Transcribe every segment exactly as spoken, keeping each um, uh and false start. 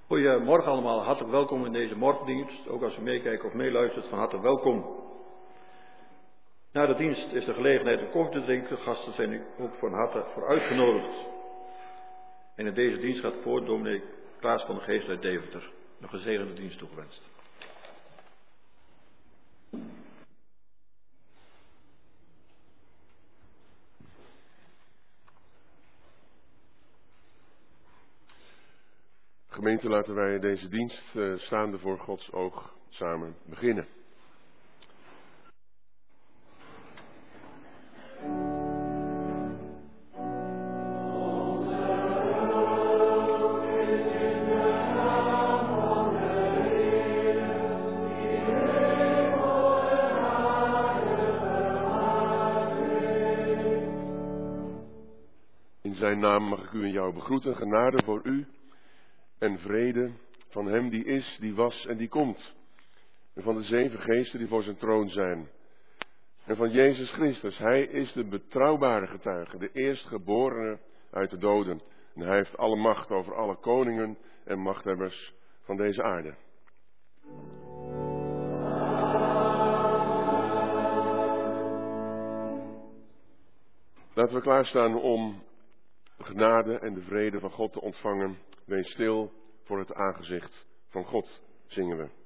Goedemorgen allemaal, hartelijk welkom in deze morgendienst. Ook als u meekijkt of meeluistert, van harte welkom. Na de dienst is de gelegenheid om koffie te drinken. Gasten zijn u ook van harte voor uitgenodigd. En in deze dienst gaat voor dominee Klaas van de Geest uit Deventer. Een gezegende dienst toegewenst. Gemeente, laten wij deze dienst uh, staande voor Gods oog samen beginnen. In zijn naam mag ik u en jou begroeten, genade voor u en vrede van hem die is, die was en die komt. En van de zeven geesten die voor zijn troon zijn. En van Jezus Christus, hij is de betrouwbare getuige, de eerstgeborene uit de doden. En hij heeft alle macht over alle koningen en machthebbers van deze aarde. Laten we klaarstaan om de genade en de vrede van God te ontvangen. Wees stil voor het aangezicht van God, zingen we.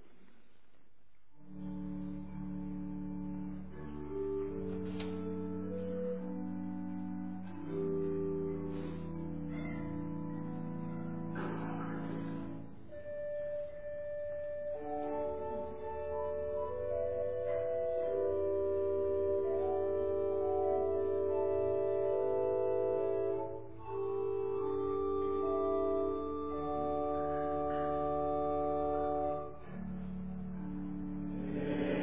Amen.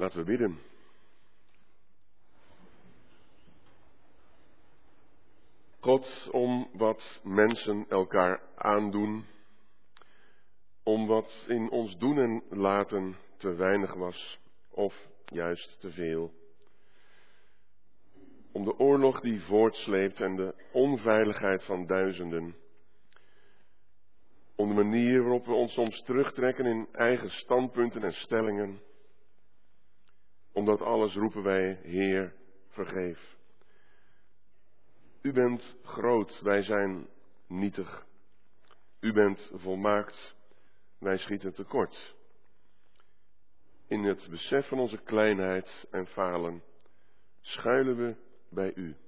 Laten we bidden. God, om wat mensen elkaar aandoen, om wat in ons doen en laten te weinig was, of juist te veel. Om de oorlog die voortsleept en de onveiligheid van duizenden. Om de manier waarop we ons soms terugtrekken in eigen standpunten en stellingen. Om dat alles roepen wij, Heer, vergeef. U bent groot, wij zijn nietig. U bent volmaakt, wij schieten tekort. In het besef van onze kleinheid en falen schuilen we bij u.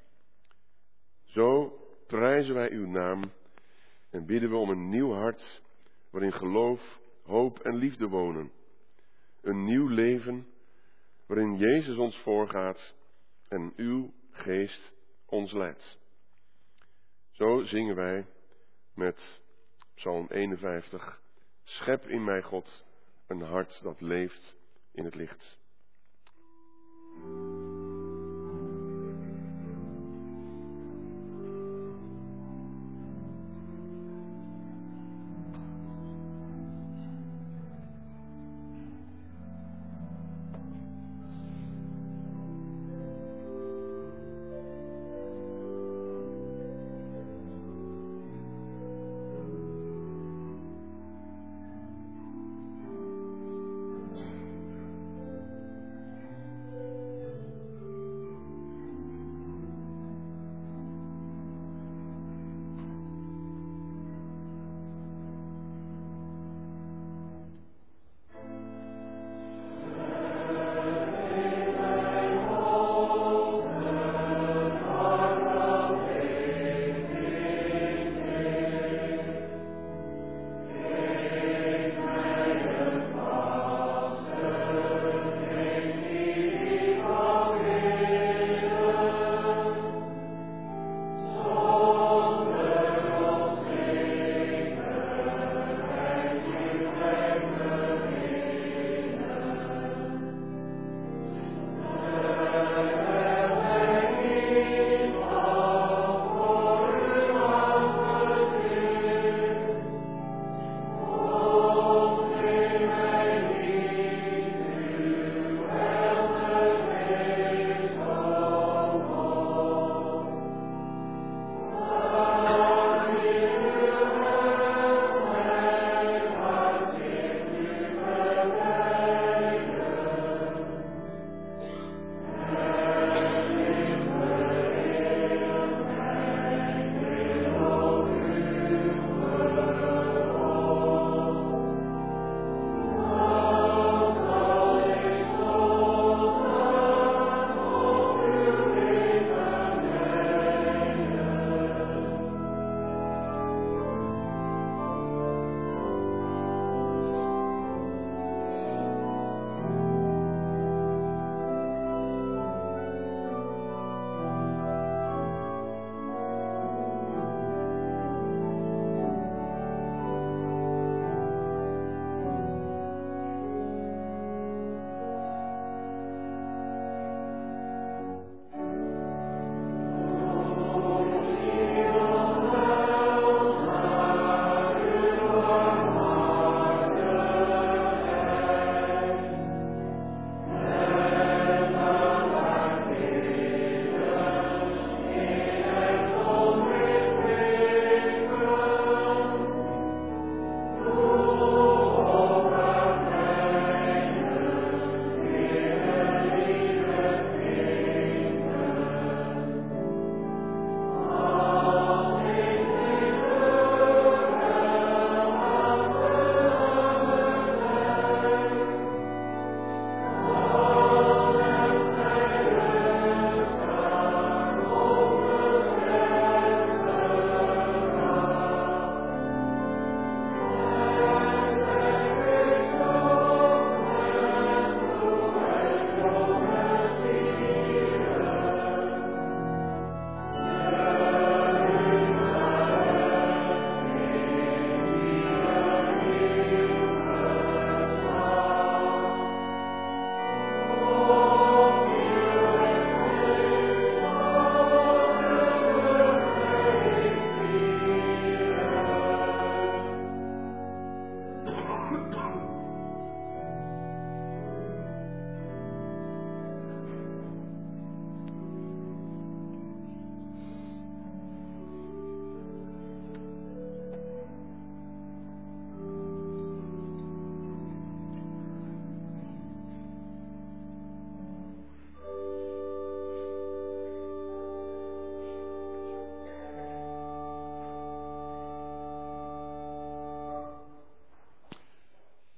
Zo prijzen wij uw naam en bidden we om een nieuw hart waarin geloof, hoop en liefde wonen. Een nieuw leven waarin Jezus ons voorgaat en uw geest ons leidt. Zo zingen wij met Psalm eenenvijftig. Schep in mij, God, een hart dat leeft in het licht.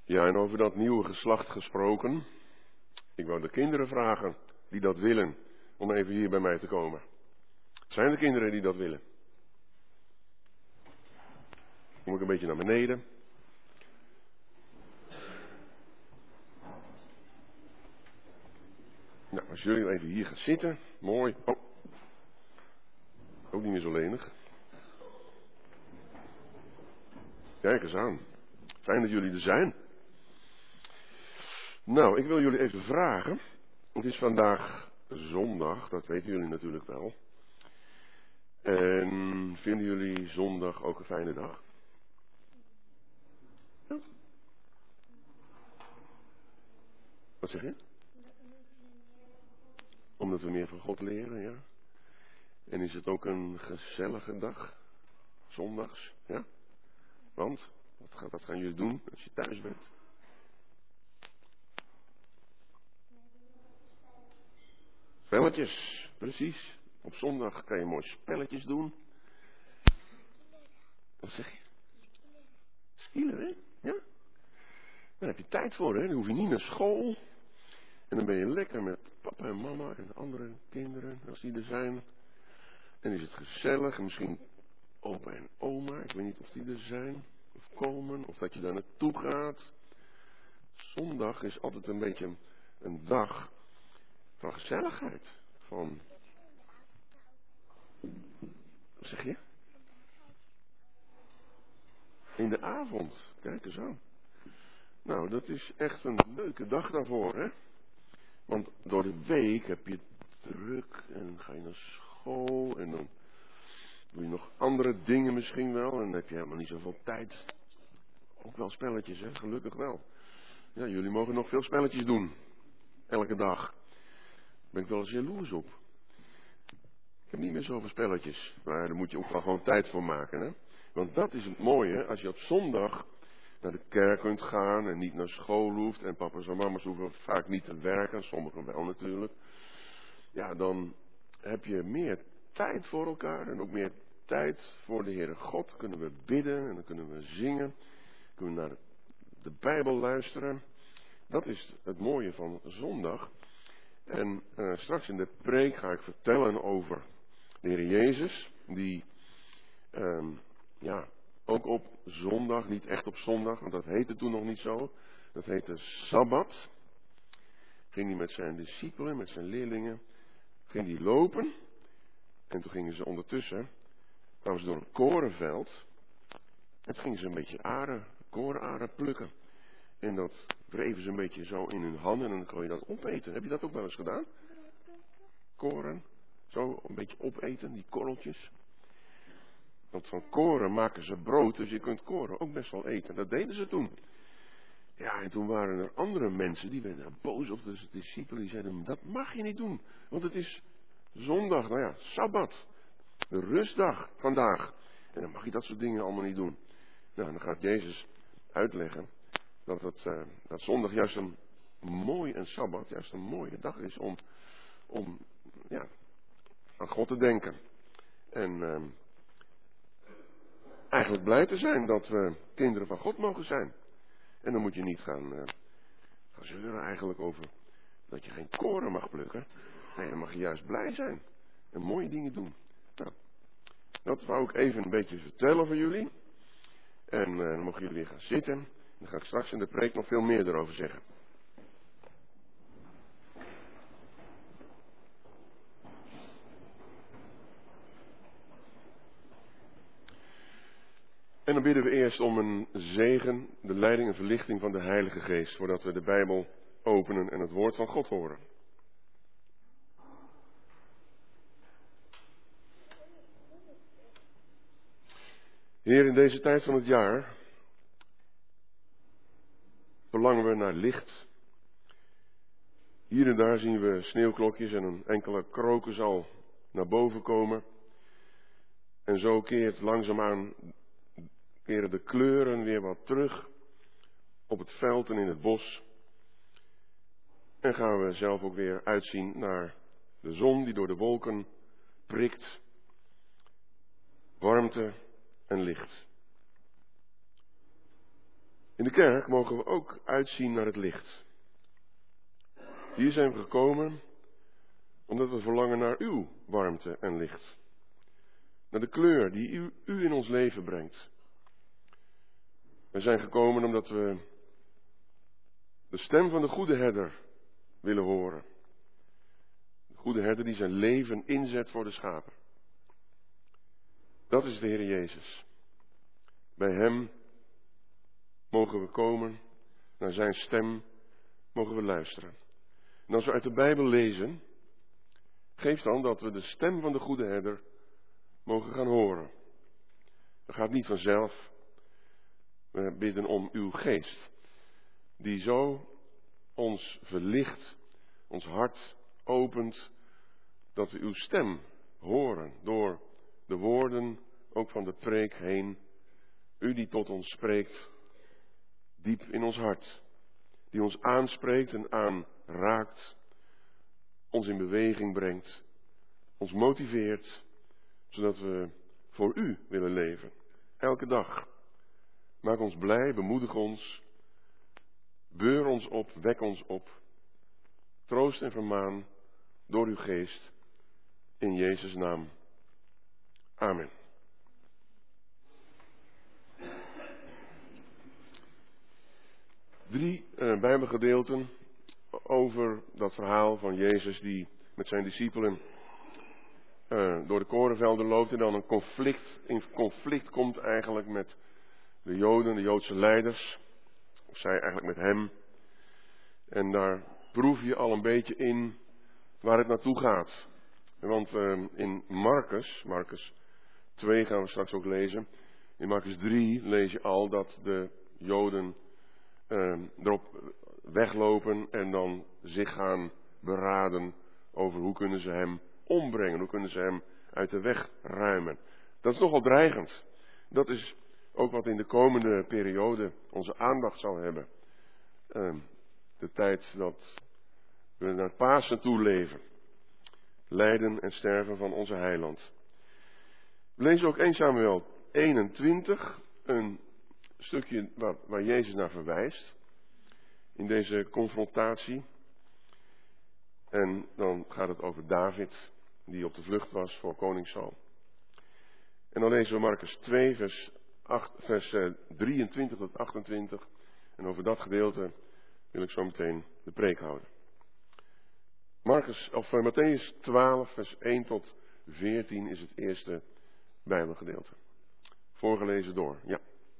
Ja, en over dat nieuwe geslacht gesproken. Ik wou de kinderen vragen die dat willen, om even hier bij mij te komen. Zijn er kinderen die dat willen? Kom ik een beetje naar beneden. Nou, als jullie even hier gaan zitten. Mooi. Oh. Ook niet meer zo lenig. Kijk eens aan. Fijn dat jullie er zijn. Nou, ik wil jullie even vragen. Het is vandaag zondag, dat weten jullie natuurlijk wel. En vinden jullie zondag ook een fijne dag? Ja. Wat zeg je? Omdat we meer van God leren, ja. En is het ook een gezellige dag? Zondags, ja? Want, wat, ga, wat gaan jullie doen als je thuis bent? Spelletjes, precies. Op zondag kan je mooi spelletjes doen. Wat zeg je? Skielen, hè? Ja? Daar heb je tijd voor, hè? Dan hoef je niet naar school. En dan ben je lekker met papa en mama en andere kinderen, als die er zijn. En is het gezellig. En misschien opa en oma, ik weet niet of die er zijn. Of komen, of dat je daar naartoe gaat. Zondag is altijd een beetje een, een dag van gezelligheid. Van... Wat zeg je? In de avond. Kijk eens aan. Nou, dat is echt een leuke dag daarvoor, hè? Want door de week heb je druk en ga je naar school en dan doe je nog andere dingen misschien wel en dan heb je helemaal niet zoveel tijd. Ook wel spelletjes, hè? Gelukkig wel. Ja, jullie mogen nog veel spelletjes doen. Elke dag. Daar ben ik wel eens jaloers op. Ik heb niet meer zoveel spelletjes. Maar daar moet je ook wel gewoon tijd voor maken, hè? Want dat is het mooie, als je op zondag naar de kerk kunt gaan en niet naar school hoeft. En papa's en mama's hoeven vaak niet te werken, sommigen wel natuurlijk. Ja, dan heb je meer tijd voor elkaar en ook meer tijd voor de Heere God. Kunnen we bidden en dan kunnen we zingen. Kunnen we naar de Bijbel luisteren. Dat is het mooie van zondag. En uh, straks in de preek ga ik vertellen over de Heer Jezus. Die, um, ja, ook op zondag, niet echt op zondag, want dat heette toen nog niet zo. Dat heette Sabbat. Ging hij met zijn discipelen, met zijn leerlingen, ging hij lopen. En toen gingen ze ondertussen, kwamen ze door een korenveld. En toen gingen ze een beetje aren, korenaren plukken. En dat wreven ze een beetje zo in hun handen en dan kon je dat opeten. Heb je dat ook wel eens gedaan? Koren, zo een beetje opeten, die korreltjes. Want van koren maken ze brood, dus je kunt koren ook best wel eten. Dat deden ze toen. Ja, en toen waren er andere mensen, die werden boos op de discipelen. Die zeiden, dat mag je niet doen. Want het is zondag, nou ja, Sabbat. De rustdag vandaag. En dan mag je dat soort dingen allemaal niet doen. Nou, dan gaat Jezus uitleggen dat, het, uh, dat zondag juist een mooi, en Sabbat juist een mooie dag is om, om ja, aan God te denken. En uh, eigenlijk blij te zijn dat we kinderen van God mogen zijn. En dan moet je niet gaan, uh, gaan zeuren eigenlijk over dat je geen koren mag plukken. Nee, dan mag je juist blij zijn. En mooie dingen doen. Nou, dat wou ik even een beetje vertellen voor jullie. En uh, dan mogen jullie weer gaan zitten. Dan ga ik straks in de preek nog veel meer erover zeggen. En dan bidden we eerst om een zegen, de leiding en verlichting van de Heilige Geest, voordat we de Bijbel openen en het woord van God horen. Heer, in deze tijd van het jaar verlangen we naar licht. Hier en daar zien we sneeuwklokjes en een enkele krokus al naar boven komen. En zo keert langzaamaan, keren de kleuren weer wat terug op het veld en in het bos. En gaan we zelf ook weer uitzien naar de zon die door de wolken prikt. Warmte en licht. In In de kerk mogen we ook uitzien naar het licht. Hier zijn we gekomen omdat we verlangen naar uw warmte en licht. Naar de kleur die u, u in ons leven brengt. We zijn gekomen omdat we de stem van de goede herder willen horen. De goede herder die zijn leven inzet voor de schapen. Dat is de Heer Jezus. Bij hem mogen we komen, naar zijn stem mogen we luisteren. En als we uit de Bijbel lezen, geeft dan dat we de stem van de goede herder mogen gaan horen. Dat gaat niet vanzelf. We bidden om uw geest, die zo ons verlicht, ons hart opent, dat we uw stem horen door de woorden, ook van de preek heen. U die tot ons spreekt, diep in ons hart, die ons aanspreekt en aanraakt, ons in beweging brengt, ons motiveert, zodat we voor u willen leven, elke dag. Maak ons blij, bemoedig ons, beur ons op, wek ons op, troost en vermaan door uw geest, in Jezus' naam. Amen. Drie uh, Bijbelgedeelten over dat verhaal van Jezus die met zijn discipelen uh, door de korenvelden loopt en dan een conflict, in conflict komt eigenlijk met de Joden, de Joodse leiders, of zij eigenlijk met hem. En daar proef je al een beetje in waar het naartoe gaat. Want uh, in Marcus, Marcus twee gaan we straks ook lezen. In Marcus drie lees je al dat de Joden uh, erop weglopen en dan zich gaan beraden over hoe kunnen ze hem ombrengen, hoe kunnen ze hem uit de weg ruimen. Dat is nogal dreigend. Dat is ook wat in de komende periode onze aandacht zal hebben. Uh, de tijd dat we naar Pasen toe leven. Lijden en sterven van onze heiland. We lezen ook Eerste Samuel eenentwintig, een stukje waar, waar Jezus naar verwijst. In deze confrontatie. En dan gaat het over David, die op de vlucht was voor koning Saul. En dan lezen we Marcus twee, vers, acht, vers drieëntwintig tot achtentwintig. En over dat gedeelte wil ik zo meteen de preek houden. Marcus, of uh, Mattheüs twaalf, vers één tot veertien is het eerste Bijbelgedeelte. Voorgelezen door, ja.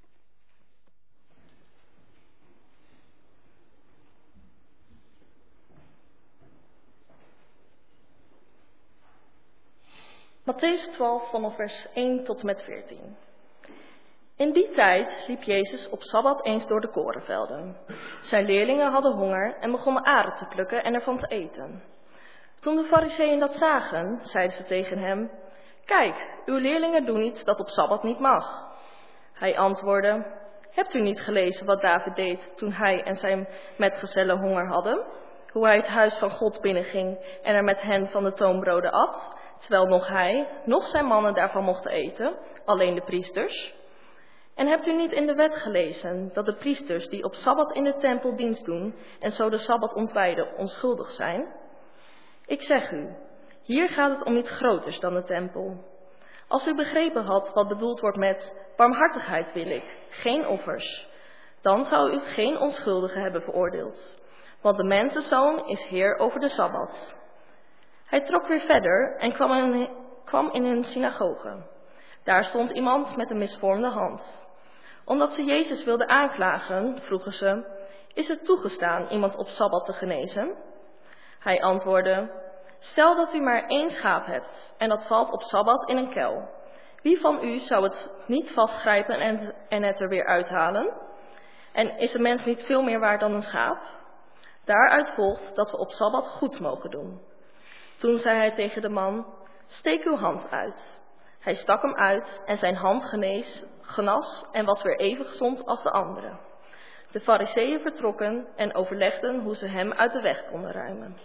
Mattheüs twaalf vanaf vers één tot en met veertien. In die tijd liep Jezus op Sabbat eens door de korenvelden. Zijn leerlingen hadden honger en begonnen aren te plukken en ervan te eten. Toen de Farizeeën dat zagen, zeiden ze tegen hem: Kijk, uw leerlingen doen iets dat op Sabbat niet mag. Hij antwoordde: Hebt u niet gelezen wat David deed toen hij en zijn metgezellen honger hadden? Hoe hij het huis van God binnenging en er met hen van de toonbroden at, terwijl nog hij, nog zijn mannen daarvan mochten eten, alleen de priesters? En hebt u niet in de wet gelezen dat de priesters die op Sabbat in de tempel dienst doen en zo de Sabbat ontwijden onschuldig zijn? Ik zeg u, hier gaat het om iets groters dan de tempel. Als u begrepen had wat bedoeld wordt met barmhartigheid wil ik, geen offers, dan zou u geen onschuldige hebben veroordeeld. Want de mensenzoon is heer over de Sabbat. Hij trok weer verder en kwam in, kwam in hun synagoge. Daar stond iemand met een misvormde hand. Omdat ze Jezus wilden aanklagen, vroegen ze: Is het toegestaan iemand op Sabbat te genezen? Hij antwoordde: Stel dat u maar één schaap hebt en dat valt op Sabbat in een kuil. Wie van u zou het niet vastgrijpen en, en het er weer uithalen? En is een mens niet veel meer waard dan een schaap? Daaruit volgt dat we op Sabbat goed mogen doen. Toen zei hij tegen de man: Steek uw hand uit. Hij stak hem uit en zijn hand genees, genas en was weer even gezond als de andere. De Farizeeën vertrokken en overlegden hoe ze hem uit de weg konden ruimen.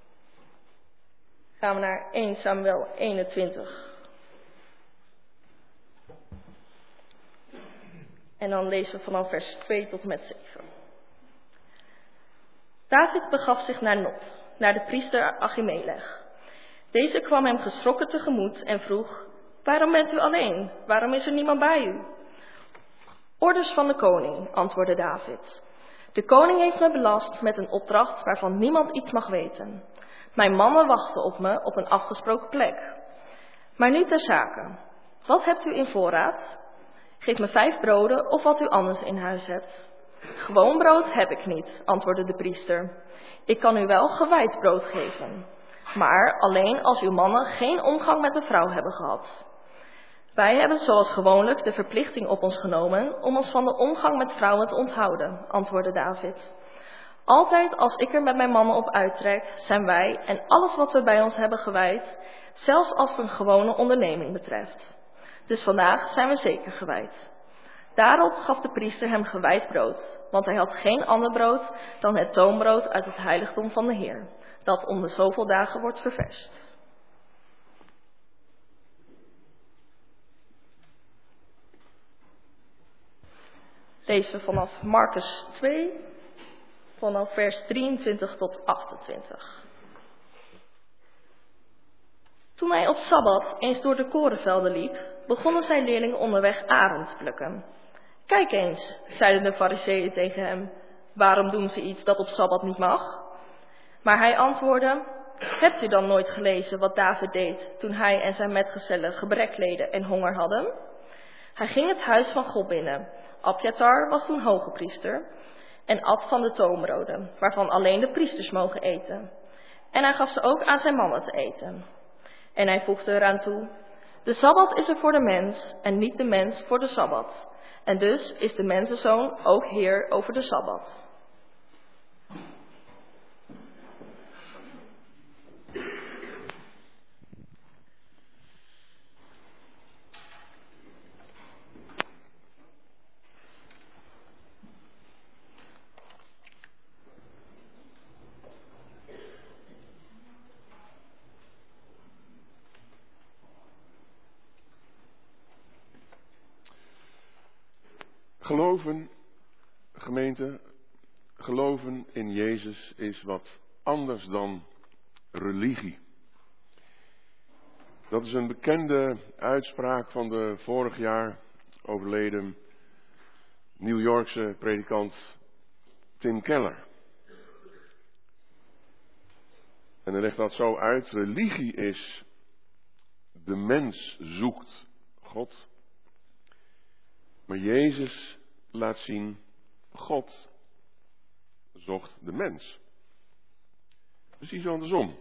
Gaan we naar Eerste Samuel eenentwintig. En dan lezen we vanaf vers twee tot en met zeven. David begaf zich naar Nob, naar de priester Achimelech. Deze kwam hem geschrokken tegemoet en vroeg: waarom bent u alleen? Waarom is er niemand bij u? Orders van de koning, antwoordde David. De koning heeft me belast met een opdracht waarvan niemand iets mag weten. Mijn mannen wachten op me op een afgesproken plek. Maar nu ter zake. Wat hebt u in voorraad? Geef me vijf broden of wat u anders in huis hebt. Gewoon brood heb ik niet, antwoordde de priester. Ik kan u wel gewijd brood geven, maar alleen als uw mannen geen omgang met een vrouw hebben gehad. Wij hebben zoals gewoonlijk de verplichting op ons genomen om ons van de omgang met vrouwen te onthouden, antwoordde David. Altijd als ik er met mijn mannen op uittrek, zijn wij en alles wat we bij ons hebben gewijd, zelfs als het een gewone onderneming betreft. Dus vandaag zijn we zeker gewijd. Daarop gaf de priester hem gewijd brood, want hij had geen ander brood dan het toonbrood uit het heiligdom van de Heer, dat om de zoveel dagen wordt ververst. Lezen we vanaf Marcus twee, vanaf vers drieëntwintig tot achtentwintig. Toen hij op Sabbat eens door de korenvelden liep, begonnen zijn leerlingen onderweg aren te plukken. Kijk eens, zeiden de Farizeeën tegen hem, waarom doen ze iets dat op Sabbat niet mag? Maar hij antwoordde: hebt u dan nooit gelezen wat David deed toen hij en zijn metgezellen gebrek leden en honger hadden? Hij ging het huis van God binnen. Abjatar was toen hoge priester en at van de toonbroden, waarvan alleen de priesters mogen eten. En hij gaf ze ook aan zijn mannen te eten. En hij voegde eraan toe: de Sabbat is er voor de mens en niet de mens voor de Sabbat. En dus is de mensenzoon ook heer over de Sabbat. Geloven, gemeente, geloven in Jezus is wat anders dan religie. Dat is een bekende uitspraak van de vorig jaar overleden New Yorkse predikant Tim Keller. En hij legt dat zo uit: religie is de mens zoekt God. Maar Jezus laat zien, God zocht de mens. Precies andersom.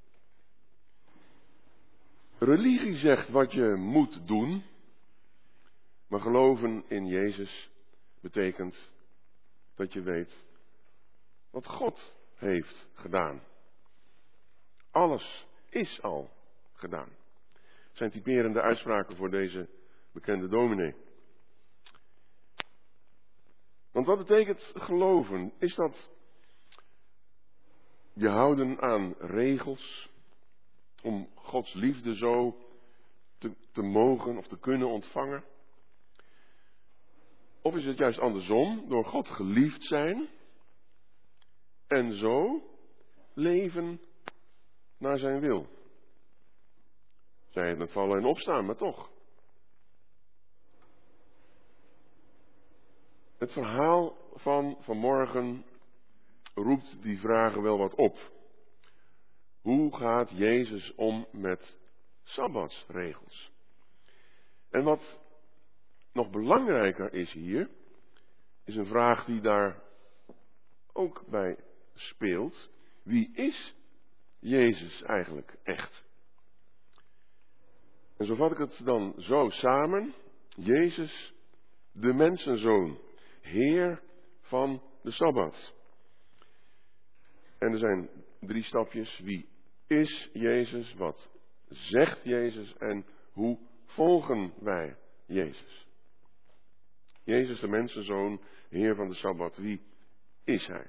Religie zegt wat je moet doen, maar geloven in Jezus betekent dat je weet wat God heeft gedaan. Alles is al gedaan. Het zijn typerende uitspraken voor deze bekende dominee. Want wat betekent geloven? Is dat je houden aan regels om Gods liefde zo te, te mogen of te kunnen ontvangen? Of is het juist andersom, door God geliefd zijn en zo leven naar zijn wil? Zij het met vallen en opstaan, maar toch. Het verhaal van vanmorgen roept die vragen wel wat op. Hoe gaat Jezus om met sabbatsregels? En wat nog belangrijker is hier, is een vraag die daar ook bij speelt. Wie is Jezus eigenlijk echt? En zo vat ik het dan zo samen. Jezus, de mensenzoon, Heer van de Sabbat. En er zijn drie stapjes. Wie is Jezus? Wat zegt Jezus? En hoe volgen wij Jezus? Jezus, de mensenzoon, Heer van de Sabbat. Wie is Hij?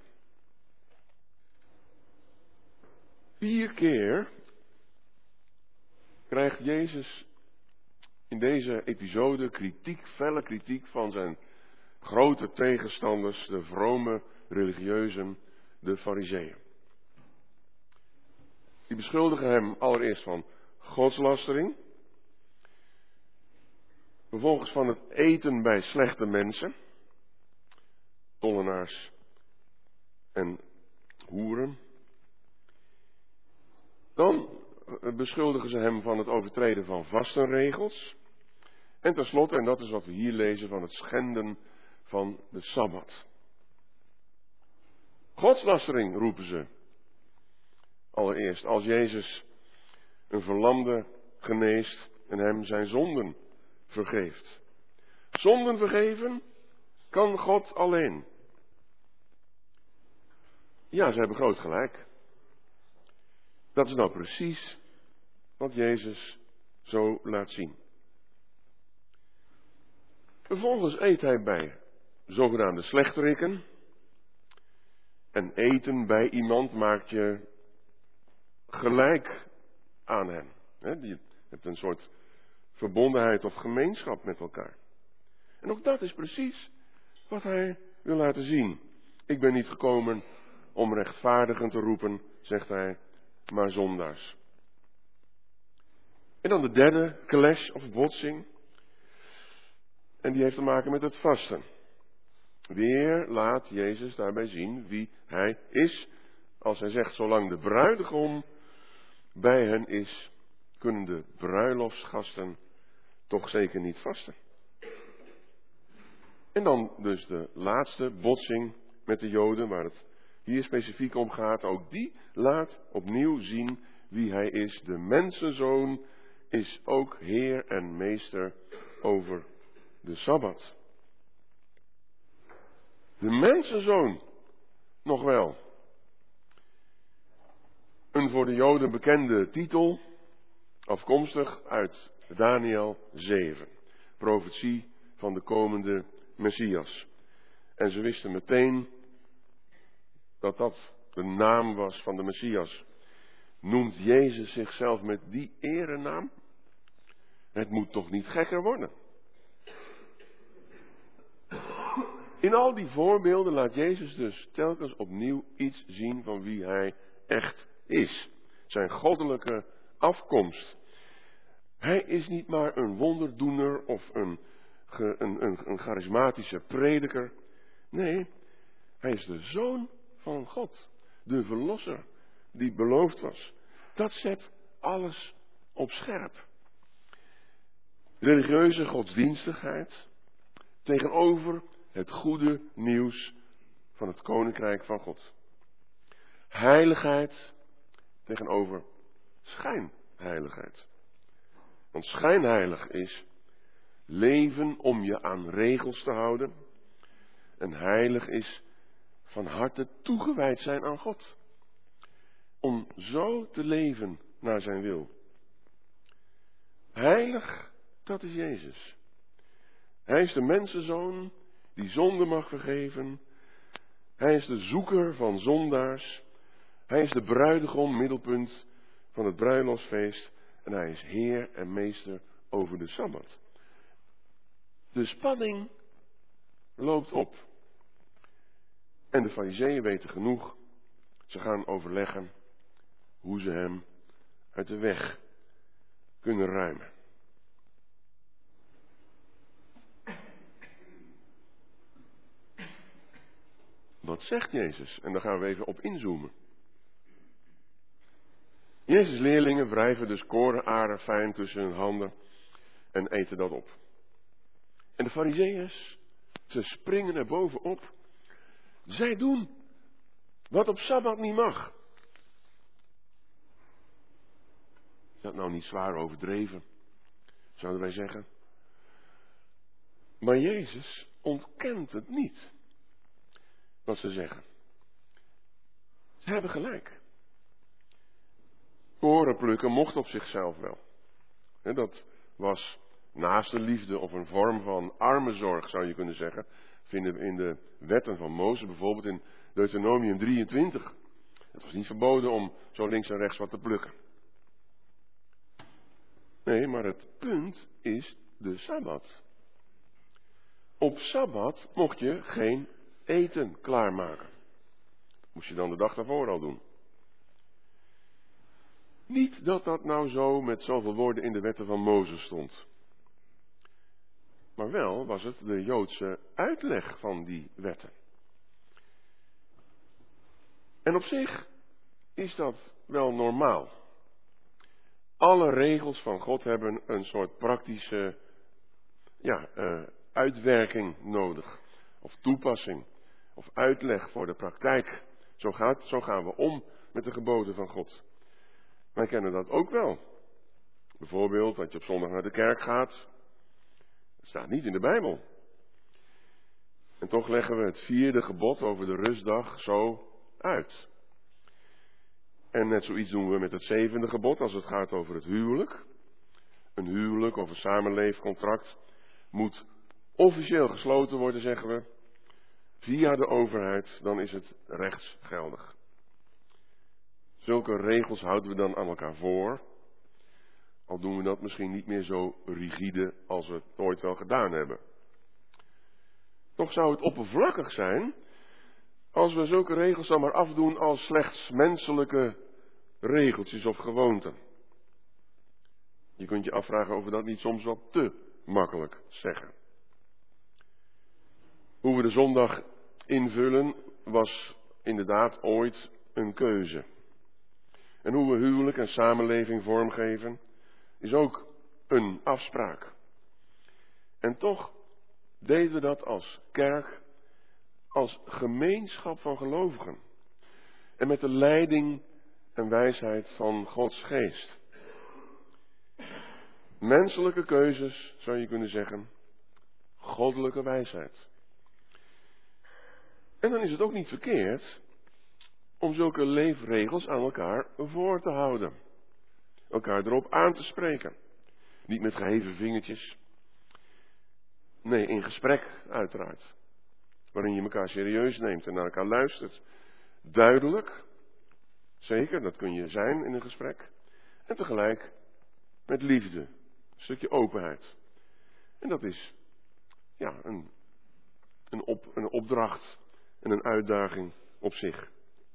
Vier keer krijgt Jezus in deze episode kritiek, felle kritiek van zijn grote tegenstanders, de vrome religieuzen, de fariseeën. Die beschuldigen hem allereerst van godslastering, vervolgens van het eten bij slechte mensen, tollenaars en hoeren. Dan beschuldigen ze hem van het overtreden van vastenregels. En tenslotte, en dat is wat we hier lezen, van het schenden van de Sabbat. Godslastering roepen ze. Allereerst, als Jezus een verlamde geneest en hem zijn zonden vergeeft. Zonden vergeven kan God alleen. Ja, ze hebben groot gelijk. Dat is nou precies wat Jezus zo laat zien. Vervolgens eet hij bij zogenaamde slechterikken. En eten bij iemand maakt je gelijk aan hen. Je hebt een soort verbondenheid of gemeenschap met elkaar. En ook dat is precies wat hij wil laten zien. Ik ben niet gekomen om rechtvaardigen te roepen, zegt hij, maar zondaars. En dan de derde clash of botsing. En die heeft te maken met het vasten. Weer laat Jezus daarbij zien wie hij is. Als hij zegt, zolang de bruidegom bij hen is, kunnen de bruiloftsgasten toch zeker niet vasten. En dan dus de laatste botsing met de Joden, waar het hier specifiek om gaat. Ook die laat opnieuw zien wie hij is. De mensenzoon is ook Heer en Meester over de Sabbat. De mensenzoon, nog wel. Een voor de Joden bekende titel, afkomstig uit Daniel zeven. Profetie van de komende Messias. En ze wisten meteen dat dat de naam was van de Messias. Noemt Jezus zichzelf met die erenaam? Het moet toch niet gekker worden? In al die voorbeelden laat Jezus dus telkens opnieuw iets zien van wie hij echt is. Zijn goddelijke afkomst. Hij is niet maar een wonderdoener of een, een, een, een charismatische prediker. Nee, hij is de zoon van God. De verlosser die beloofd was. Dat zet alles op scherp. Religieuze godsdienstigheid tegenover het goede nieuws van het koninkrijk van God. Heiligheid tegenover schijnheiligheid. Want schijnheilig is leven om je aan regels te houden. En heilig is van harte toegewijd zijn aan God. Om zo te leven naar zijn wil. Heilig, dat is Jezus. Hij is de mensenzoon die zonde mag vergeven. Hij is de zoeker van zondaars. Hij is de bruidegom, middelpunt van het bruiloftsfeest. En hij is Heer en Meester over de Sabbat. De spanning loopt op. En de fariseeën weten genoeg. Ze gaan overleggen hoe ze hem uit de weg kunnen ruimen. Wat zegt Jezus? En daar gaan we even op inzoomen. Jezus' leerlingen wrijven dus korenaren fijn tussen hun handen en eten dat op. En de fariseeërs, ze springen er bovenop. Zij doen wat op Sabbat niet mag. Is dat nou niet zwaar overdreven, zouden wij zeggen? Maar Jezus ontkent het niet, wat ze zeggen. Ze hebben gelijk. Koren plukken mocht op zichzelf wel. En dat was naaste liefde of een vorm van armenzorg, zou je kunnen zeggen. Vinden we in de wetten van Mozes, bijvoorbeeld in Deuteronomium drieëntwintig. Het was niet verboden om zo links en rechts wat te plukken. Nee, maar het punt is de Sabbat. Op Sabbat mocht je geen eten klaarmaken. Dat moest je dan de dag daarvoor al doen. Niet dat dat nou zo met zoveel woorden in de wetten van Mozes stond. Maar wel was het de Joodse uitleg van die wetten. En op zich is dat wel normaal. Alle regels van God hebben een soort praktische ja, uh, uitwerking nodig. Of toepassing. Of uitleg voor de praktijk. Zo, gaat, zo gaan we om met de geboden van God. Wij kennen dat ook wel. Bijvoorbeeld dat je op zondag naar de kerk gaat. Dat staat niet in de Bijbel. En toch leggen we het vierde gebod over de rustdag zo uit. En net zoiets doen we met het zevende gebod als het gaat over het huwelijk. Een huwelijk of een samenleefcontract moet officieel gesloten worden, zeggen we, via de overheid, dan is het rechtsgeldig. Zulke regels houden we dan aan elkaar voor, al doen we dat misschien niet meer zo rigide als we het ooit wel gedaan hebben. Toch zou het oppervlakkig zijn als we zulke regels dan maar afdoen als slechts menselijke regeltjes of gewoonten. Je kunt je afvragen of we dat niet soms wat te makkelijk zeggen. Hoe we de zondag invullen was inderdaad ooit een keuze. En hoe we huwelijk en samenleving vormgeven is ook een afspraak. En toch deden we dat als kerk, als gemeenschap van gelovigen. En met de leiding en wijsheid van Gods geest. Menselijke keuzes, zou je kunnen zeggen. Goddelijke wijsheid. En dan is het ook niet verkeerd om zulke leefregels aan elkaar voor te houden. Elkaar erop aan te spreken. Niet met geheven vingertjes. Nee, in gesprek uiteraard. Waarin je elkaar serieus neemt en naar elkaar luistert. Duidelijk. Zeker, dat kun je zijn in een gesprek. En tegelijk met liefde. Een stukje openheid. En dat is ja, een, een, op, een opdracht en een uitdaging op zich.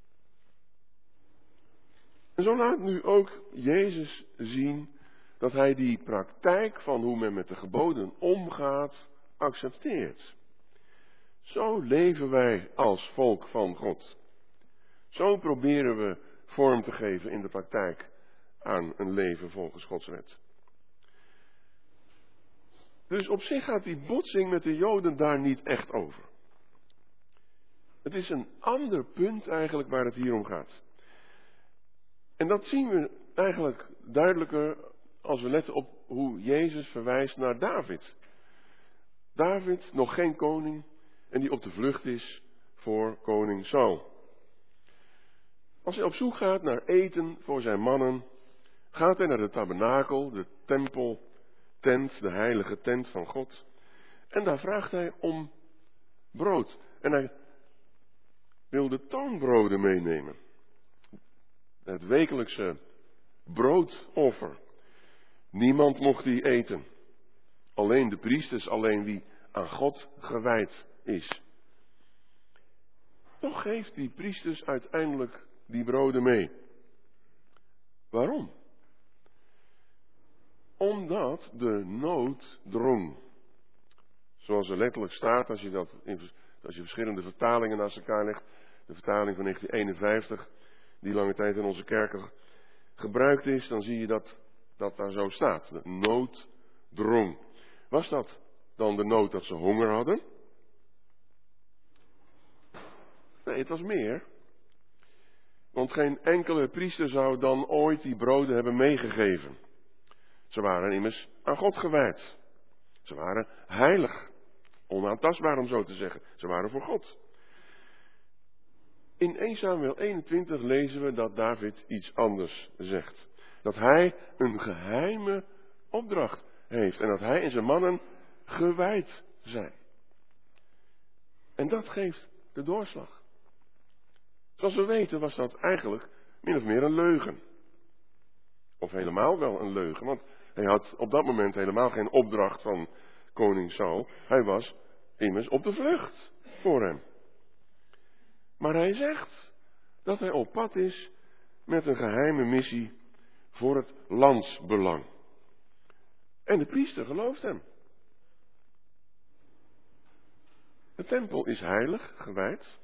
En zo laat nu ook Jezus zien dat hij die praktijk van hoe men met de geboden omgaat, accepteert. Zo leven wij als volk van God. Zo proberen we vorm te geven in de praktijk aan een leven volgens Gods wet. Dus op zich gaat die botsing met de Joden daar niet echt over. Het is een ander punt eigenlijk waar het hier om gaat. En dat zien we eigenlijk duidelijker als we letten op hoe Jezus verwijst naar David. David, nog geen koning, en die op de vlucht is voor koning Saul. Als hij op zoek gaat naar eten voor zijn mannen, gaat hij naar de tabernakel, de tempeltent, de heilige tent van God. En daar vraagt hij om brood. En hij wil de toonbroden meenemen. Het wekelijkse broodoffer. Niemand mocht die eten. Alleen de priesters, alleen wie aan God gewijd is. Toch geeft die priesters uiteindelijk die broden mee. Waarom? Omdat de nood drong. Zoals er letterlijk staat, als je dat in, als je verschillende vertalingen naast elkaar legt. De vertaling van negentien eenenvijftig, die lange tijd in onze kerken gebruikt is, dan zie je dat dat daar zo staat. De nood drong. Was dat dan de nood dat ze honger hadden? Nee, het was meer. Want geen enkele priester zou dan ooit die broden hebben meegegeven. Ze waren immers aan God gewijd. Ze waren heilig. Onaantastbaar om zo te zeggen. Ze waren voor God. In eerste Samuel eenentwintig lezen we dat David iets anders zegt. Dat hij een geheime opdracht heeft. En dat hij en zijn mannen gewijd zijn. En dat geeft de doorslag. Zoals we weten was dat eigenlijk min of meer een leugen. Of helemaal wel een leugen. Want hij had op dat moment helemaal geen opdracht van koning Saul. Hij was immers op de vlucht voor hem. Maar hij zegt dat hij op pad is met een geheime missie voor het landsbelang. En de priester gelooft hem. De tempel is heilig, gewijd.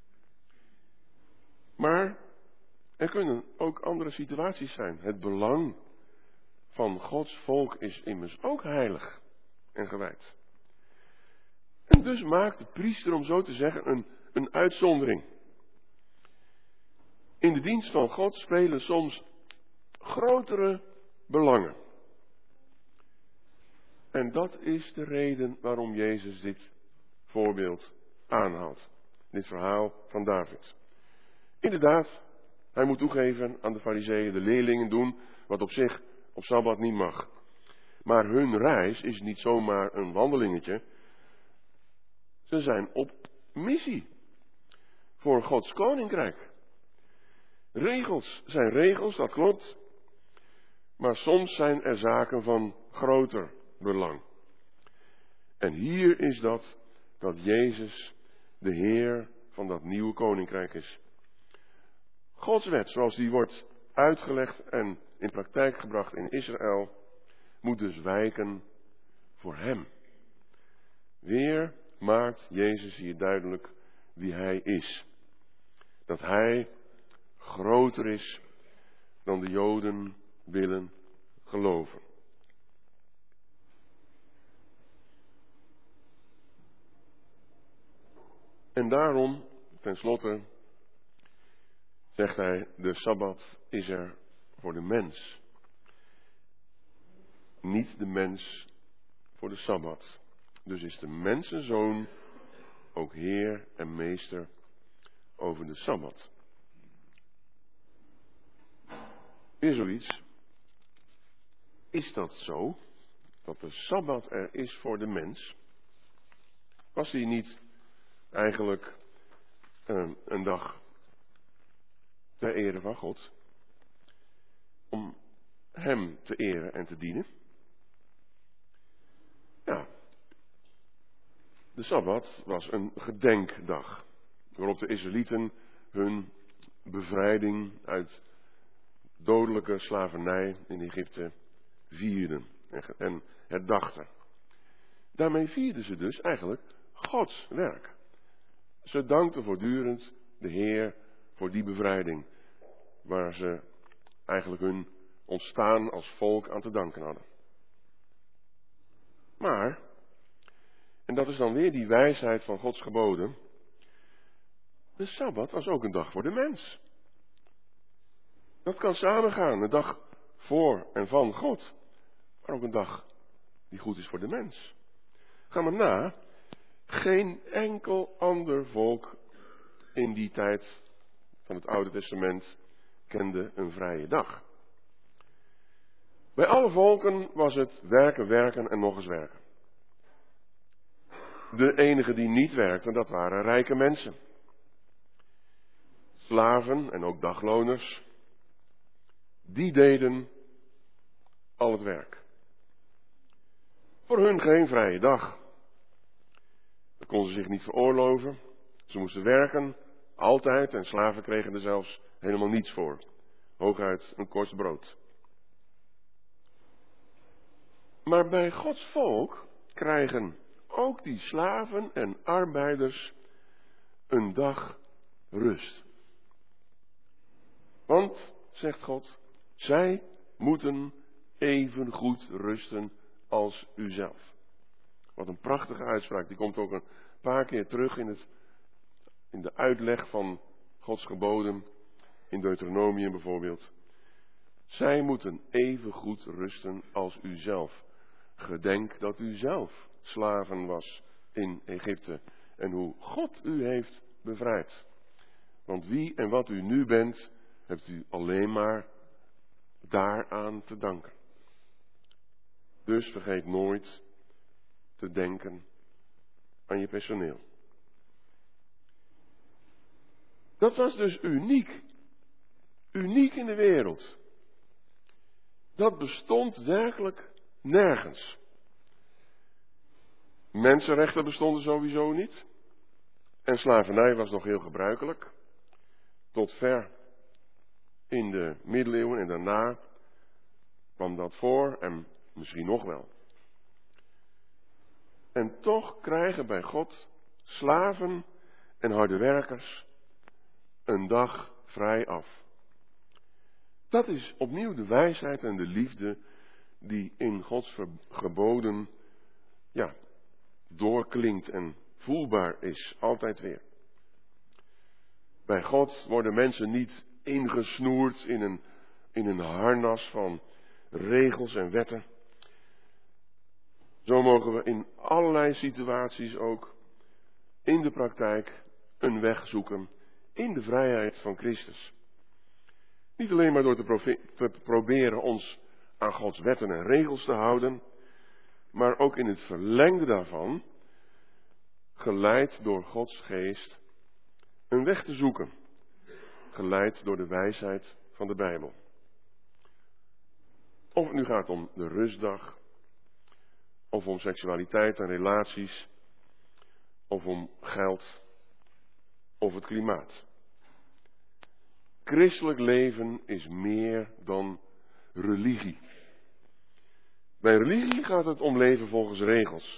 Maar er kunnen ook andere situaties zijn. Het belang van Gods volk is immers ook heilig en gewijd. En dus maakt de priester, om zo te zeggen, een, een uitzondering. In de dienst van God spelen soms grotere belangen. En dat is de reden waarom Jezus dit voorbeeld aanhaalt. Dit verhaal van David. Inderdaad, hij moet toegeven aan de farizeeën, de leerlingen doen wat op zich op Sabbat niet mag. Maar hun reis is niet zomaar een wandelingetje. Ze zijn op missie voor Gods koninkrijk. Regels zijn regels, dat klopt. Maar soms zijn er zaken van groter belang. En hier is dat, dat Jezus de Heer van dat nieuwe koninkrijk is. Gods wet, zoals die wordt uitgelegd en in praktijk gebracht in Israël, moet dus wijken voor hem. Weer maakt Jezus hier duidelijk wie hij is. Dat hij groter is dan de Joden willen geloven. En daarom, tenslotte, zegt hij, de Sabbat is er voor de mens. Niet de mens voor de Sabbat. Dus is de mensenzoon ook Heer en Meester over de Sabbat. Weer zoiets. Is dat zo? Dat de Sabbat er is voor de mens? Was die niet eigenlijk een, een dag ter ere van God? Om hem te eren en te dienen? Ja. De Sabbat was een gedenkdag. Waarop de Israëlieten hun bevrijding uit dodelijke slavernij in Egypte vierden en herdachten. Daarmee vierden ze dus eigenlijk Gods werk. Ze dankten voortdurend de Heer voor die bevrijding, waar ze eigenlijk hun ontstaan als volk aan te danken hadden. Maar, en dat is dan weer die wijsheid van Gods geboden, de Sabbat was ook een dag voor de mens. Dat kan samengaan, een dag voor en van God, maar ook een dag die goed is voor de mens. Ga maar na, geen enkel ander volk in die tijd van het Oude Testament kende een vrije dag. Bij alle volken was het werken, werken en nog eens werken. De enigen die niet werkten, dat waren rijke mensen. Slaven en ook dagloners, die deden al het werk. Voor hun geen vrije dag. Dat konden ze zich niet veroorloven. Ze moesten werken, altijd, en slaven kregen er zelfs helemaal niets voor. Hooguit een korst brood. Maar bij Gods volk krijgen ook die slaven en arbeiders een dag rust. Want, zegt God, zij moeten even goed rusten als uzelf. Wat een prachtige uitspraak. Die komt ook een paar keer terug in, het, in de uitleg van Gods geboden. In Deuteronomium bijvoorbeeld. Zij moeten even goed rusten als uzelf. Gedenk dat u zelf slaven was in Egypte. En hoe God u heeft bevrijd. Want wie en wat u nu bent, hebt u alleen maar daaraan te danken. Dus vergeet nooit te denken aan je personeel. Dat was dus uniek. Uniek in de wereld. Dat bestond werkelijk nergens. Mensenrechten bestonden sowieso niet. En slavernij was nog heel gebruikelijk. Tot ver in de middeleeuwen en daarna kwam dat voor en misschien nog wel. En toch krijgen bij God slaven en harde werkers een dag vrij af. Dat is opnieuw de wijsheid en de liefde die in Gods geboden ja, doorklinkt en voelbaar is, altijd weer. Bij God worden mensen niet ingesnoerd in een, in een harnas van regels en wetten. Zo mogen we in allerlei situaties ook in de praktijk een weg zoeken in de vrijheid van Christus. Niet alleen maar door te, profe- te proberen ons aan Gods wetten en regels te houden, maar ook in het verlengde daarvan, geleid door Gods geest, een weg te zoeken. Geleid door de wijsheid van de Bijbel. Of het nu gaat om de rustdag, of om seksualiteit en relaties, of om geld, of het klimaat. Christelijk leven is meer dan religie. Bij religie gaat het om leven volgens regels.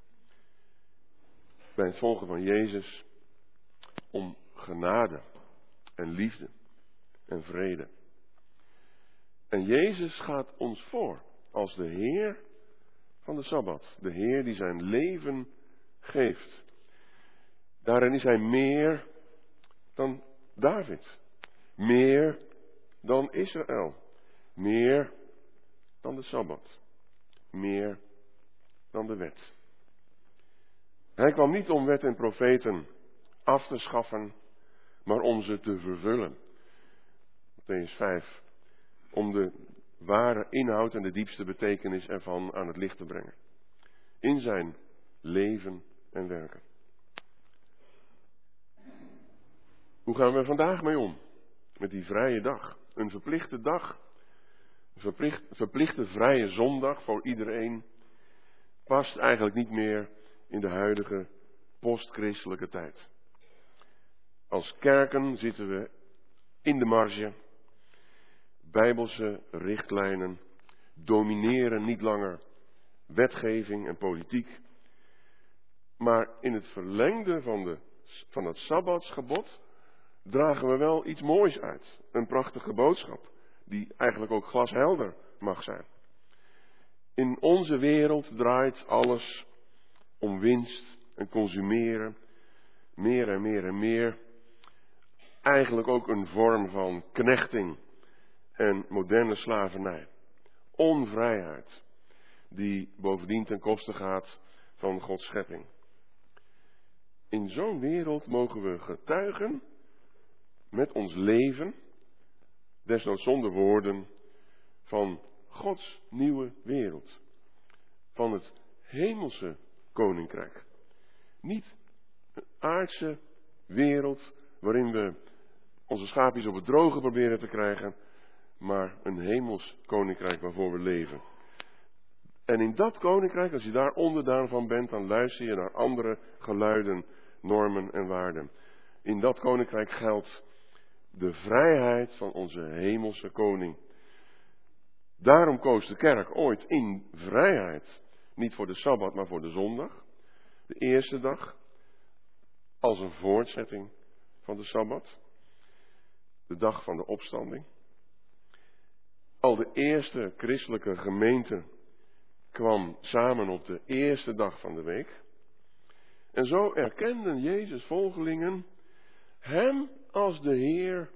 Bij het volgen van Jezus om genade en liefde en vrede. En Jezus gaat ons voor als de Heer van de Sabbat. De Heer die zijn leven geeft. Daarin is hij meer dan David. Meer dan Israël. Meer dan de Sabbat. Meer dan de wet. Hij kwam niet om wet en profeten af te schaffen, maar om ze te vervullen. Mattheüs vijf. Om de ware inhoud en de diepste betekenis ervan aan het licht te brengen. In zijn leven en werken. Hoe gaan we er vandaag mee om? Met die vrije dag. Een verplichte dag. Een verplicht, verplichte vrije zondag voor iedereen. Past eigenlijk niet meer in de huidige postchristelijke tijd. Als kerken zitten we in de marge. Bijbelse richtlijnen domineren niet langer wetgeving en politiek. Maar in het verlengde van, de, van het Sabbatsgebod dragen we wel iets moois uit. Een prachtige boodschap die eigenlijk ook glashelder mag zijn. In onze wereld draait alles om winst en consumeren. Meer en meer en meer. Eigenlijk ook een vorm van knechting en moderne slavernij. Onvrijheid. Die bovendien ten koste gaat van Gods schepping. In zo'n wereld mogen we getuigen met ons leven, desnoods zonder woorden, van Gods nieuwe wereld. Van het hemelse koninkrijk. Niet een aardse wereld waarin we onze schaapjes op het droge proberen te krijgen, maar een hemels koninkrijk waarvoor we leven. En in dat koninkrijk, als je daar onderdaan van bent, dan luister je naar andere geluiden, normen en waarden. In dat koninkrijk geldt de vrijheid van onze hemelse koning. Daarom koos de kerk ooit in vrijheid, niet voor de Sabbat, maar voor de zondag, de eerste dag, als een voortzetting van de Sabbat, de dag van de opstanding. Al de eerste christelijke gemeente kwam samen op de eerste dag van de week. En zo erkenden Jezus' volgelingen hem als de Heer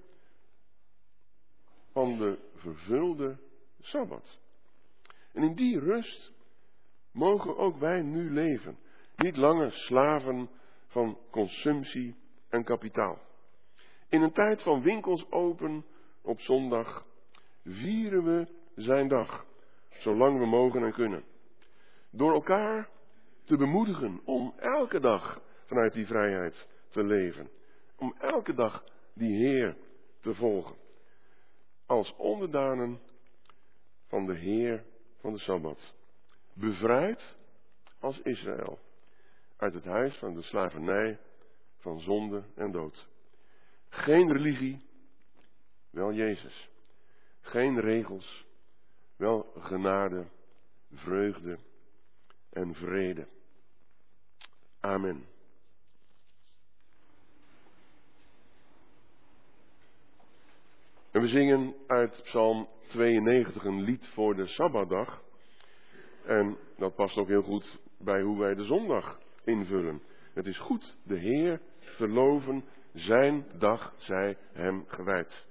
van de vervulde Sabbat. En in die rust mogen ook wij nu leven. Niet langer slaven van consumptie en kapitaal. In een tijd van winkels open op zondag vieren we zijn dag, zolang we mogen en kunnen. Door elkaar te bemoedigen om elke dag vanuit die vrijheid te leven. Om elke dag die Heer te volgen. Als onderdanen van de Heer van de Sabbat. Bevrijd als Israël. uit het huis van de slavernij, van zonde en dood. Geen religie, wel Jezus. Geen regels, wel genade, vreugde en vrede. Amen. En we zingen uit Psalm tweeënnegentig een lied voor de Sabbatdag. En dat past ook heel goed bij hoe wij de zondag invullen. Het is goed de Heer te loven, zijn dag zij hem gewijd.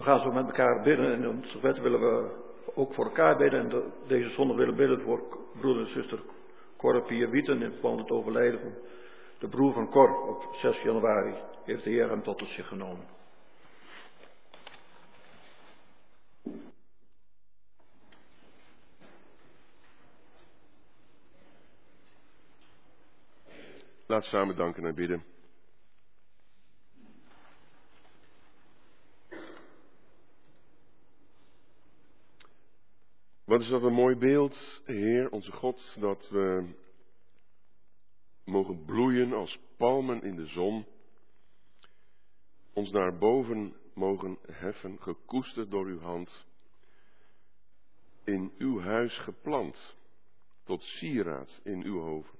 gaan zo met elkaar bidden en in ons gebed willen we ook voor elkaar bidden. En de, deze zondag willen bidden voor broeder en zuster Cor Pia Wieten in verband met het overlijden van de broer van Cor op zes januari. Heeft de Heer hem tot zich genomen. Laten we samen danken en bidden. Wat is dat een mooi beeld, Heer, onze God, dat we mogen bloeien als palmen in de zon, ons naar boven mogen heffen, gekoesterd door uw hand, in uw huis geplant, tot sieraad in uw hoven.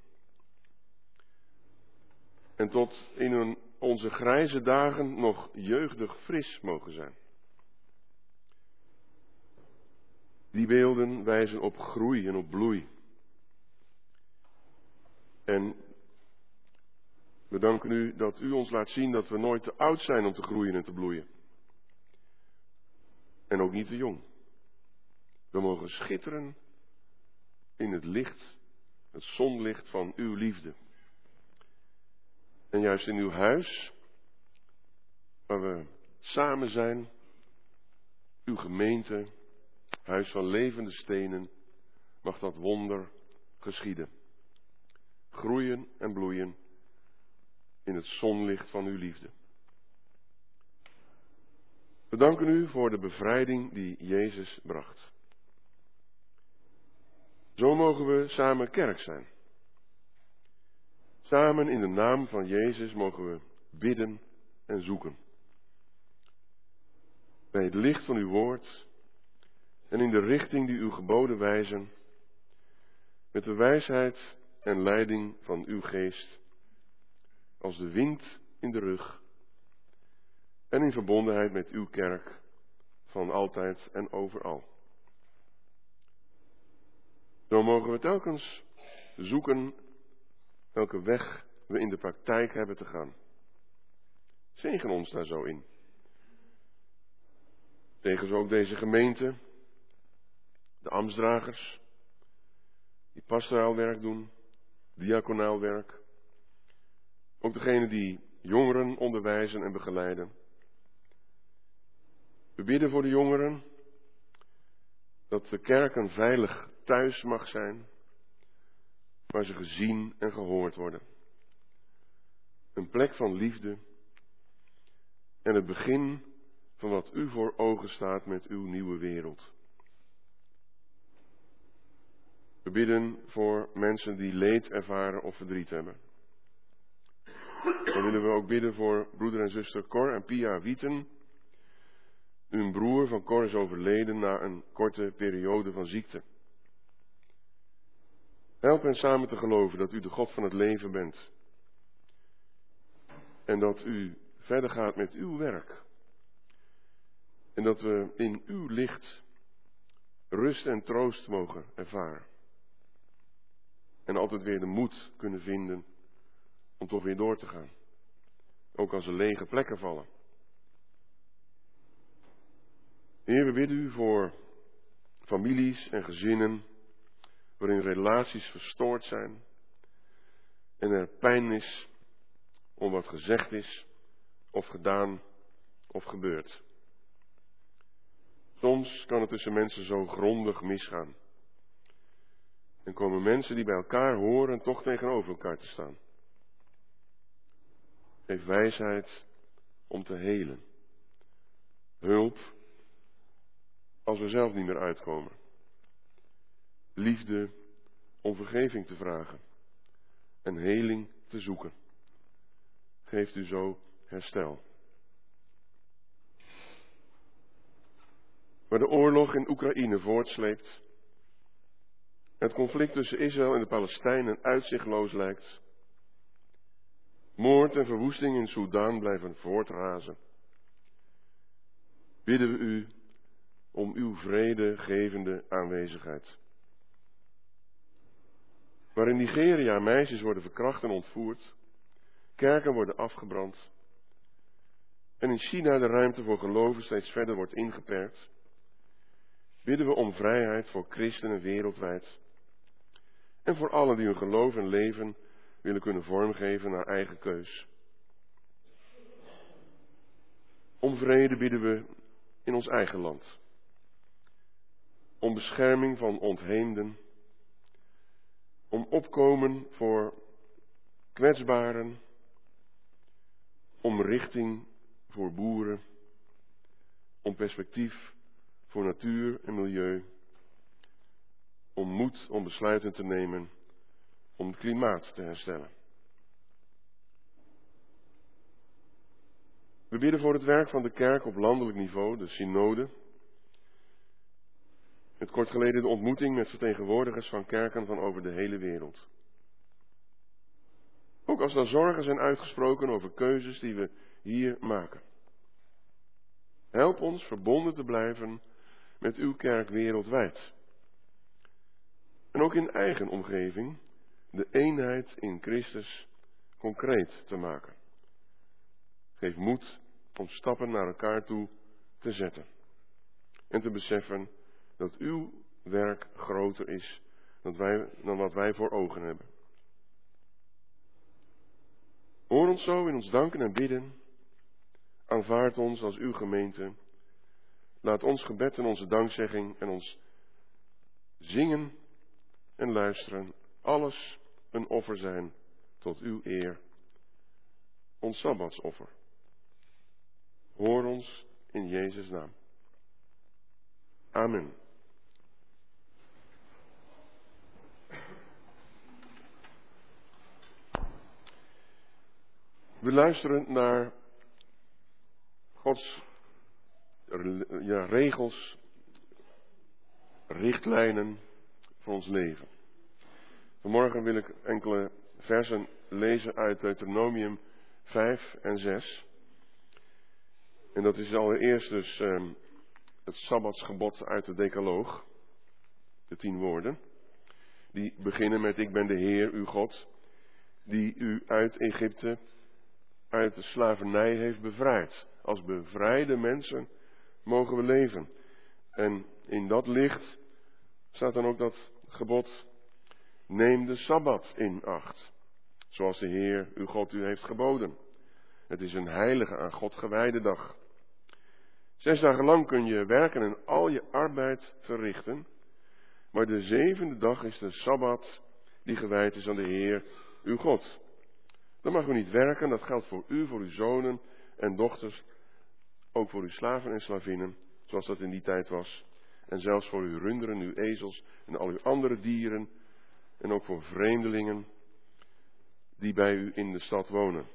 En tot in een, onze grijze dagen nog jeugdig fris mogen zijn. Die beelden wijzen op groei en op bloei. En we danken u dat u ons laat zien dat we nooit te oud zijn om te groeien en te bloeien. En ook niet te jong. We mogen schitteren in het licht, het zonlicht van uw liefde. En juist in uw huis, waar we samen zijn, uw gemeente, huis van levende stenen, mag dat wonder geschieden. Groeien en bloeien in het zonlicht van uw liefde. We danken u voor de bevrijding die Jezus bracht. Zo mogen we samen kerk zijn. Samen in de naam van Jezus mogen we bidden en zoeken. Bij het licht van uw woord en in de richting die uw geboden wijzen, met de wijsheid en leiding van uw geest, als de wind in de rug en in verbondenheid met uw kerk van altijd en overal. Zo mogen we telkens zoeken welke weg we in de praktijk hebben te gaan. Zegen ons daar zo in. Zegen zo ook deze gemeente, de ambtsdragers, die pastoraal werk doen, diaconaal werk. Ook degenen die jongeren onderwijzen en begeleiden. We bidden voor de jongeren dat de kerk een veilig thuis mag zijn, waar ze gezien en gehoord worden. Een plek van liefde en het begin van wat u voor ogen staat met uw nieuwe wereld. We bidden voor mensen die leed ervaren of verdriet hebben. Dan willen we ook bidden voor broeder en zuster Cor en Pia Wieten. Hun broer van Cor is overleden na een korte periode van ziekte. Help hen samen te geloven dat u de God van het leven bent. En dat u verder gaat met uw werk. En dat we in uw licht rust en troost mogen ervaren. En altijd weer de moed kunnen vinden om toch weer door te gaan. Ook als er lege plekken vallen. Heer, we bidden u voor families en gezinnen waarin relaties verstoord zijn en er pijn is om wat gezegd is of gedaan of gebeurd. Soms kan het tussen mensen zo grondig misgaan. En komen mensen die bij elkaar horen toch tegenover elkaar te staan. Geef wijsheid om te helen. Hulp als we zelf niet meer uitkomen. Liefde om vergeving te vragen. En heling te zoeken. Geeft u zo herstel. Waar de oorlog in Oekraïne voortsleept. Het conflict tussen Israël en de Palestijnen uitzichtloos lijkt. Moord en verwoesting in Soedan blijven voortrazen. Bidden we u om uw vredegevende aanwezigheid. Waar in Nigeria meisjes worden verkracht en ontvoerd, kerken worden afgebrand en in China de ruimte voor geloven steeds verder wordt ingeperkt, bidden we om vrijheid voor christenen wereldwijd en voor allen die hun geloof en leven willen kunnen vormgeven naar eigen keus. Om vrede bidden we in ons eigen land, om bescherming van ontheemden, om opkomen voor kwetsbaren, om richting voor boeren, om perspectief voor natuur en milieu, om moed om besluiten te nemen, om het klimaat te herstellen. We bidden voor het werk van de kerk op landelijk niveau, de synode. Het kort geleden de ontmoeting met vertegenwoordigers van kerken van over de hele wereld. Ook als er zorgen zijn uitgesproken over keuzes die we hier maken. Help ons verbonden te blijven met uw kerk wereldwijd. En ook in eigen omgeving de eenheid in Christus concreet te maken. Geef moed om stappen naar elkaar toe te zetten. En te beseffen dat uw werk groter is dan, wij, dan wat wij voor ogen hebben. Hoor ons zo in ons danken en bidden. Aanvaard ons als uw gemeente. Laat ons gebed en onze dankzegging en ons zingen en luisteren alles een offer zijn tot uw eer. Ons sabbatsoffer. Hoor ons in Jezus' naam. Amen. We luisteren naar Gods ja, regels, richtlijnen voor ons leven. Vanmorgen wil ik enkele versen lezen uit Deuteronomium vijf en zes. En dat is allereerst dus uh, het Sabbatsgebod uit de Decaloog. De tien woorden. Die beginnen met: ik ben de Heer, uw God, die u uit Egypte, uit de slavernij heeft bevrijd. Als bevrijde mensen mogen we leven. En in dat licht staat dan ook dat gebod: neem de Sabbat in acht. Zoals de Heer, uw God, u heeft geboden. Het is een heilige, aan God gewijde dag. Zes dagen lang kun je werken en al je arbeid verrichten. Maar de zevende dag is de Sabbat die gewijd is aan de Heer, uw God. Dan mag u niet werken, dat geldt voor u, voor uw zonen en dochters. Ook voor uw slaven en slavinnen, zoals dat in die tijd was. En zelfs voor uw runderen, uw ezels en al uw andere dieren. En ook voor vreemdelingen die bij u in de stad wonen.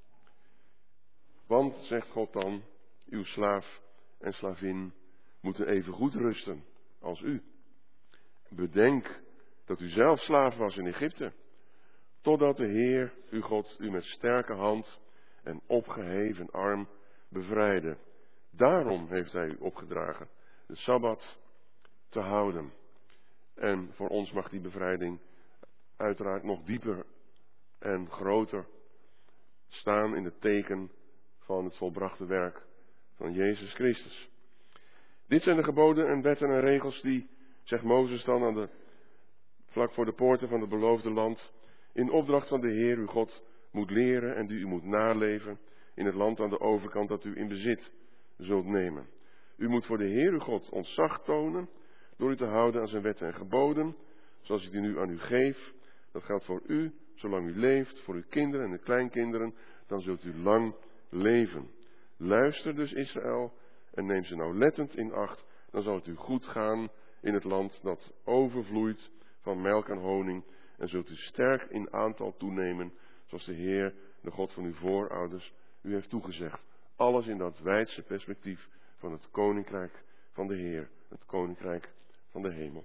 Want, zegt God dan, uw slaaf en slavin moeten even goed rusten als u. Bedenk dat u zelf slaaf was in Egypte, totdat de Heer, uw God, u met sterke hand en opgeheven arm bevrijdde. Daarom heeft hij u opgedragen de Sabbat te houden. En voor ons mag die bevrijding uiteraard nog dieper en groter staan in het teken van het volbrachte werk van Jezus Christus. Dit zijn de geboden en wetten en regels die, zegt Mozes dan aan de, vlak voor de poorten van het beloofde land, in opdracht van de Heer uw God moet leren en die u moet naleven in het land aan de overkant dat u in bezit zult nemen. U moet voor de Heer uw God ontzag tonen door u te houden aan zijn wetten en geboden, zoals ik die nu aan u geef. Dat geldt voor u, zolang u leeft, voor uw kinderen en de kleinkinderen, dan zult u lang leven. Luister dus Israël en neem ze nauwlettend in acht, dan zal het u goed gaan in het land dat overvloeit van melk en honing, en zult u sterk in aantal toenemen, zoals de Heer, de God van uw voorouders, u heeft toegezegd. Alles in dat wijdse perspectief van het koninkrijk van de Heer, het koninkrijk van de hemel.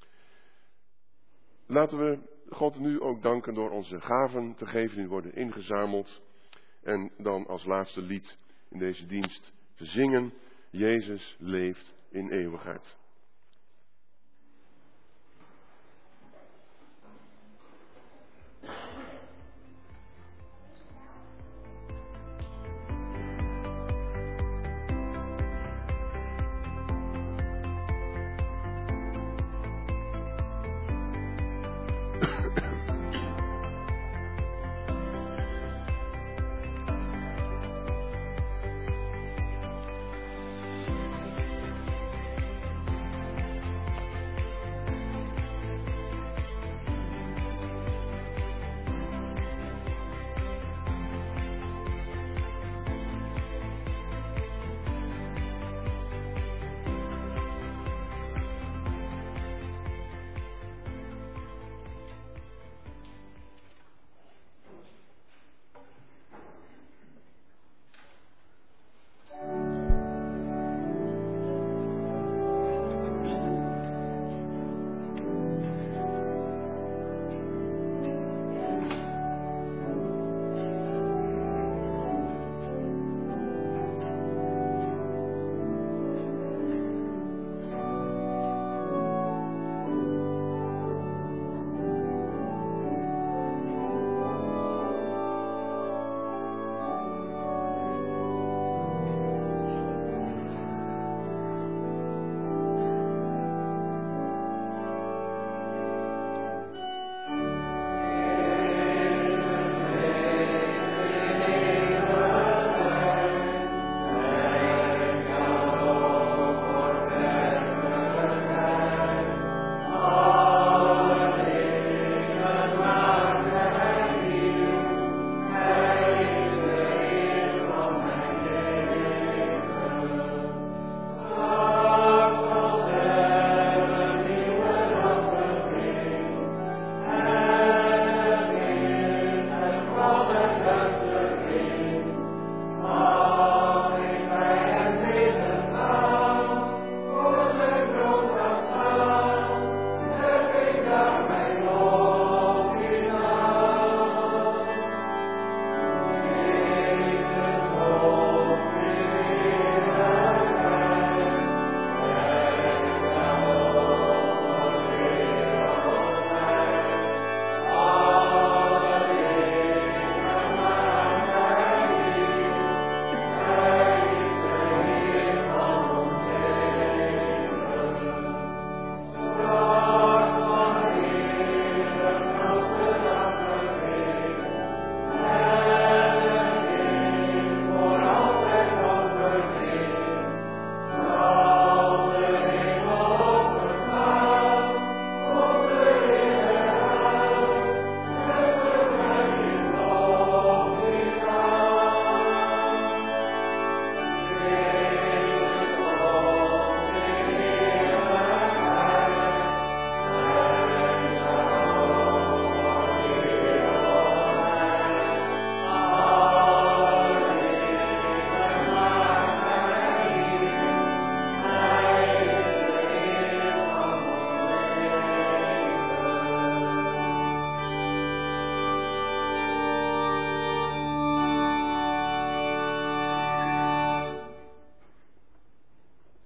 Laten we God nu ook danken door onze gaven te geven die worden ingezameld. En dan als laatste lied in deze dienst te zingen: Jezus leeft in eeuwigheid.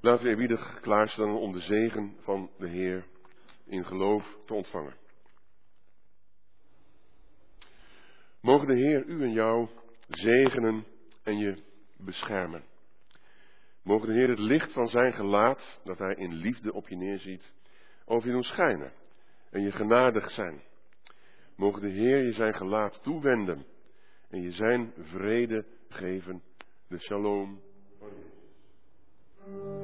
Laten we eerbiedig klaarstaan om de zegen van de Heer in geloof te ontvangen. Mogen de Heer u en jou zegenen en je beschermen. Mogen de Heer het licht van zijn gelaat, dat hij in liefde op je neerziet, over je doen schijnen en je genadig zijn. Mogen de Heer je zijn gelaat toewenden en je zijn vrede geven, de shalom van Jezus.